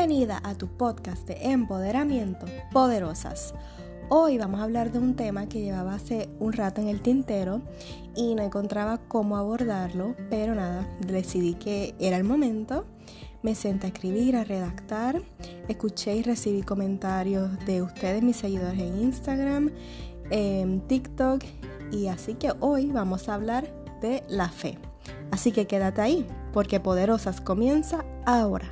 Bienvenida a tu podcast de empoderamiento, Poderosas. Hoy vamos a hablar de un tema que llevaba hace un rato en el tintero y no encontraba cómo abordarlo, pero nada, decidí que era el momento. Me senté a escribir, a redactar, escuché y recibí comentarios de ustedes, mis seguidores en Instagram, en TikTok, y así que hoy vamos a hablar de la fe. Así que quédate ahí, porque Poderosas comienza ahora.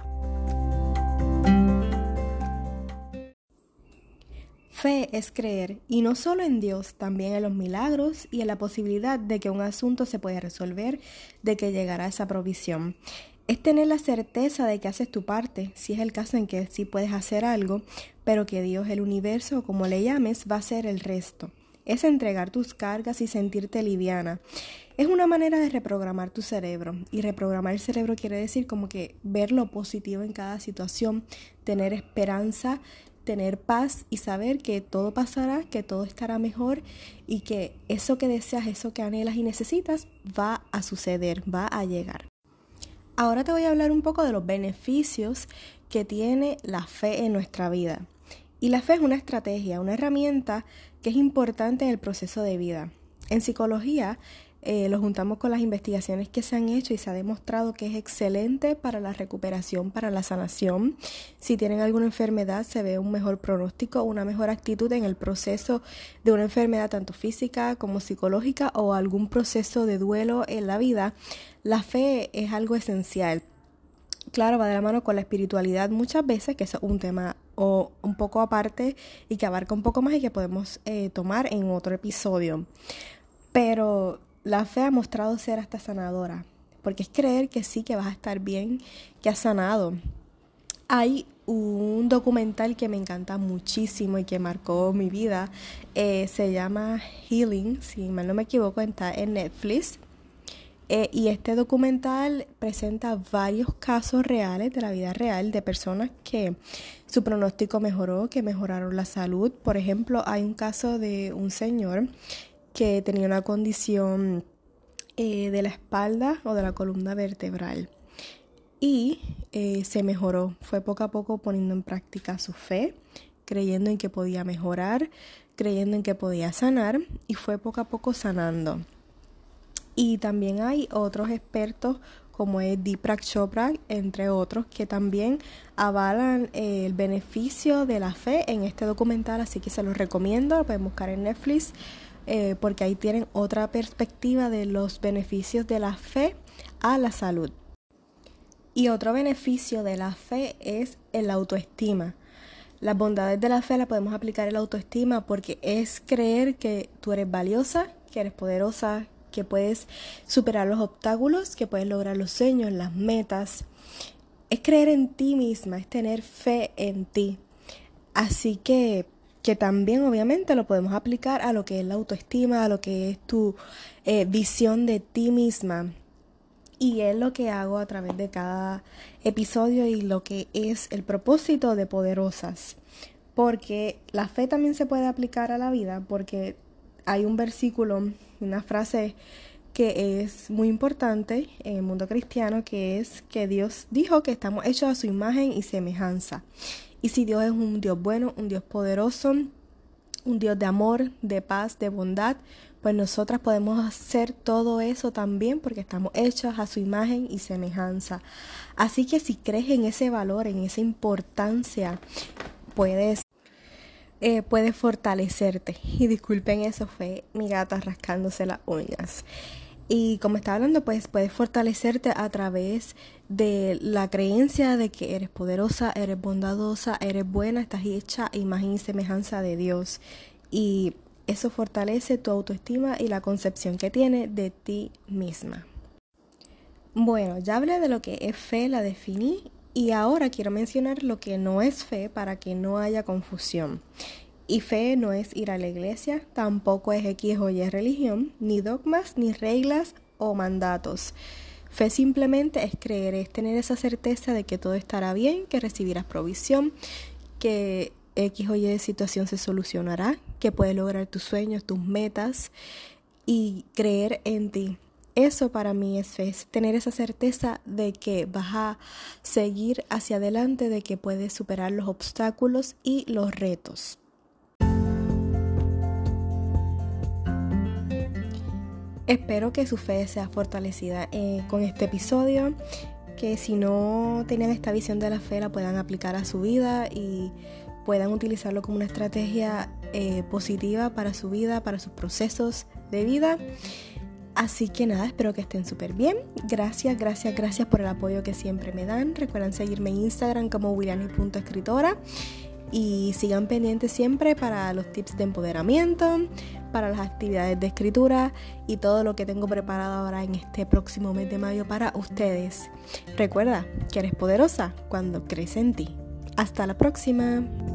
Fe es creer, y no solo en Dios, también en los milagros y en la posibilidad de que un asunto se pueda resolver, de que llegará esa provisión. Es tener la certeza de que haces tu parte, si es el caso en que sí puedes hacer algo, pero que Dios, el universo, o como le llames, va a hacer el resto. Es entregar tus cargas y sentirte liviana. Es una manera de reprogramar tu cerebro, y reprogramar el cerebro quiere decir como que ver lo positivo en cada situación, tener esperanza, tener paz y saber que todo pasará, que todo estará mejor y que eso que deseas, eso que anhelas y necesitas va a suceder, va a llegar. Ahora te voy a hablar un poco de los beneficios que tiene la fe en nuestra vida. Y la fe es una estrategia, una herramienta que es importante en el proceso de vida. En psicología lo juntamos con las investigaciones que se han hecho y se ha demostrado que es excelente para la recuperación, para la sanación. Si tienen alguna enfermedad, se ve un mejor pronóstico, una mejor actitud en el proceso de una enfermedad tanto física como psicológica o algún proceso de duelo en la vida. La fe es algo esencial. Claro, va de la mano con la espiritualidad muchas veces, que eso es un tema o un poco aparte y que abarca un poco más y que podemos tomar en otro episodio. Pero la fe ha mostrado ser hasta sanadora, porque es creer que sí, que vas a estar bien, que has sanado. Hay un documental que me encanta muchísimo y que marcó mi vida, se llama Healing, si mal no me equivoco, está en Netflix. Y este documental presenta varios casos reales de la vida real de personas que su pronóstico mejoró, que mejoraron la salud. Por ejemplo, hay un caso de un señor que tenía una condición de la espalda o de la columna vertebral y se mejoró. Fue poco a poco poniendo en práctica su fe, creyendo en que podía mejorar, creyendo en que podía sanar, y fue poco a poco sanando. Y también hay otros expertos como es Deepak Chopra, entre otros, que también avalan el beneficio de la fe en este documental, así que se los recomiendo, lo pueden buscar en Netflix, porque ahí tienen otra perspectiva de los beneficios de la fe a la salud. Y otro beneficio de la fe es el autoestima. Las bondades de la fe las podemos aplicar en la autoestima porque es creer que tú eres valiosa, que eres poderosa, que puedes superar los obstáculos, que puedes lograr los sueños, las metas. Es creer en ti misma, es tener fe en ti. Así que también obviamente lo podemos aplicar a lo que es la autoestima, a lo que es tu visión de ti misma. Y es lo que hago a través de cada episodio y lo que es el propósito de Poderosas. Porque la fe también se puede aplicar a la vida, porque hay un versículo, una frase que es muy importante en el mundo cristiano, que es que Dios dijo que estamos hechos a su imagen y semejanza. Y si Dios es un Dios bueno, un Dios poderoso, un Dios de amor, de paz, de bondad, pues nosotras podemos hacer todo eso también porque estamos hechos a su imagen y semejanza. Así que si crees en ese valor, en esa importancia, puedes fortalecerte. Y disculpen, eso fue mi gata rascándose las uñas. Y como estaba hablando, pues puedes fortalecerte a través de la creencia de que eres poderosa, eres bondadosa, eres buena, estás hecha a imagen y semejanza de Dios. Y eso fortalece tu autoestima y la concepción que tienes de ti misma. Bueno, ya hablé de lo que es fe, la definí, y ahora quiero mencionar lo que no es fe para que no haya confusión. Y fe no es ir a la iglesia, tampoco es X o Y religión, ni dogmas, ni reglas o mandatos. Fe simplemente es creer, es tener esa certeza de que todo estará bien, que recibirás provisión, que X o Y situación se solucionará, que puedes lograr tus sueños, tus metas y creer en ti. Eso para mí es fe, es tener esa certeza de que vas a seguir hacia adelante, de que puedes superar los obstáculos y los retos. Espero que su fe sea fortalecida con este episodio, que si no tenían esta visión de la fe la puedan aplicar a su vida y puedan utilizarlo como una estrategia positiva para su vida, para sus procesos de vida. Así que nada, espero que estén súper bien. Gracias por el apoyo que siempre me dan. Recuerden seguirme en Instagram como wiliani.escritora y sigan pendientes siempre para los tips de empoderamiento, para las actividades de escritura y todo lo que tengo preparado ahora en este próximo mes de mayo para ustedes. Recuerda que eres poderosa cuando crees en ti. Hasta la próxima.